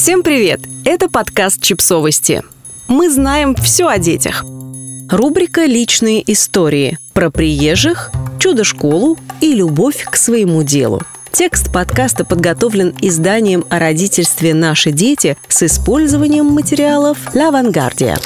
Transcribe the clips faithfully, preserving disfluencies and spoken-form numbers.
Всем привет! Это подкаст «Чипсовости». Мы знаем все о детях. Рубрика «Личные истории» про приезжих, чудо-школу и любовь к своему делу. Текст подкаста подготовлен изданием о родительстве «Наши дети» с использованием материалов «Ля Вангардия».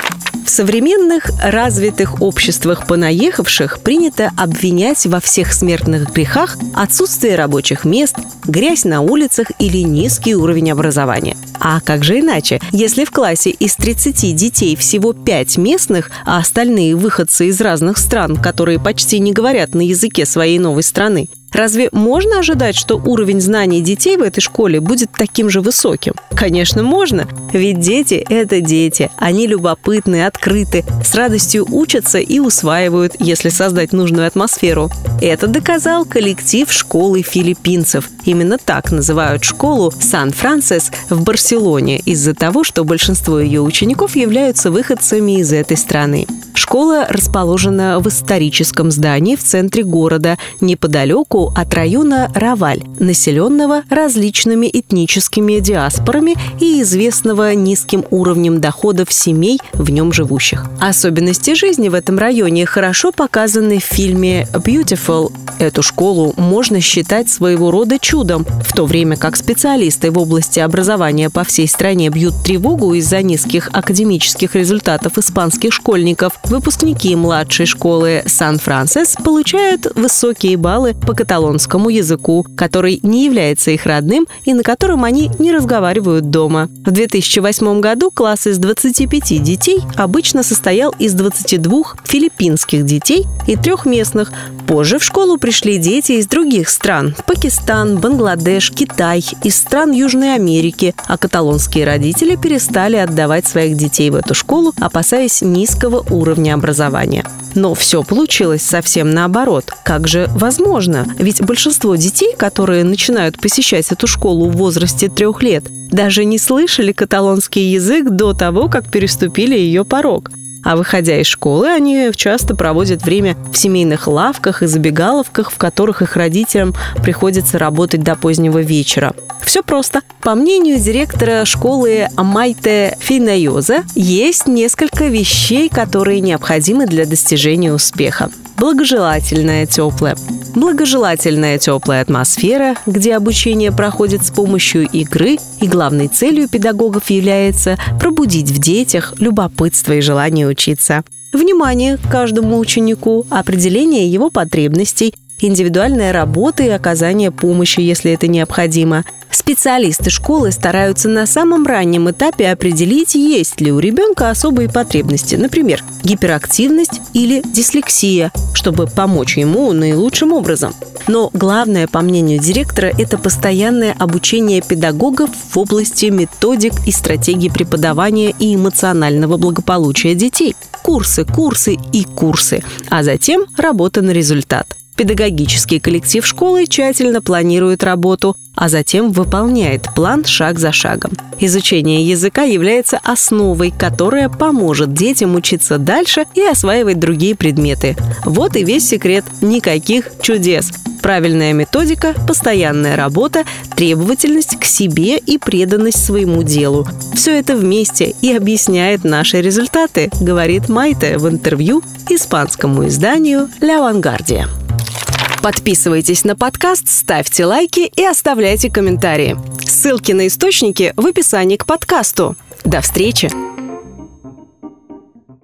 В современных развитых обществах понаехавших принято обвинять во всех смертных грехах отсутствие рабочих мест, грязь на улицах или низкий уровень образования. А как же иначе, если в классе из тридцати детей всего пять местных, а остальные выходцы из разных стран, которые почти не говорят на языке своей новой страны? Разве можно ожидать, что уровень знаний детей в этой школе будет таким же высоким? Конечно, можно, ведь дети – это дети. Они любопытны, открыты, с радостью учатся и усваивают, если создать нужную атмосферу. Это доказал коллектив школы филиппинцев. Именно так называют школу Сан-Франсис в Барселоне из-за того, что большинство ее учеников являются выходцами из этой страны. Школа расположена в историческом здании в центре города, неподалеку от района Раваль, населенного различными этническими диаспорами и известного низким уровнем доходов семей в нем живущих. Особенности жизни в этом районе хорошо показаны в фильме «Beautiful». Эту школу можно считать своего рода чудом, в то время как специалисты в области образования по всей стране бьют тревогу из-за низких академических результатов испанских школьников. Выпускники младшей школы Сан-Франсис получают высокие баллы по каталонскому языку, который не является их родным и на котором они не разговаривают дома. В две тысячи восьмом году класс из двадцати пяти детей обычно состоял из двадцати двух филиппинских детей и трех местных. Позже в школу пришли дети из других стран – Пакистан, Бангладеш, Китай, из стран Южной Америки, а каталонские родители перестали отдавать своих детей в эту школу, опасаясь низкого уровня образования. Но все получилось совсем наоборот. Как же возможно? Ведь большинство детей, которые начинают посещать эту школу в возрасте трех лет, даже не слышали каталонский язык до того, как переступили ее порог. А выходя из школы, они часто проводят время в семейных лавках и забегаловках, в которых их родителям приходится работать до позднего вечера. Все просто. По мнению директора школы Майте Финайоза, есть несколько вещей, которые необходимы для достижения успеха. Благожелательная теплая. Благожелательная теплая атмосфера, где обучение проходит с помощью игры, и главной целью педагогов является пробудить в детях любопытство и желание учиться. Внимание к каждому ученику, определение его потребностей, индивидуальная работа и оказание помощи, если это необходимо. Специалисты школы стараются на самом раннем этапе определить, есть ли у ребенка особые потребности, например, гиперактивность или дислексия, чтобы помочь ему наилучшим образом. Но главное, по мнению директора, это постоянное обучение педагогов в области методик и стратегий преподавания и эмоционального благополучия детей. Курсы, курсы и курсы, а затем работа на результат. Педагогический коллектив школы тщательно планирует работу, а затем выполняет план шаг за шагом. Изучение языка является основой, которая поможет детям учиться дальше и осваивать другие предметы. Вот и весь секрет. Никаких чудес. Правильная методика, постоянная работа, требовательность к себе и преданность своему делу. Все это вместе и объясняет наши результаты, говорит Майте в интервью испанскому изданию «Ля Вангардия». Подписывайтесь на подкаст, ставьте лайки и оставляйте комментарии. Ссылки на источники в описании к подкасту. До встречи!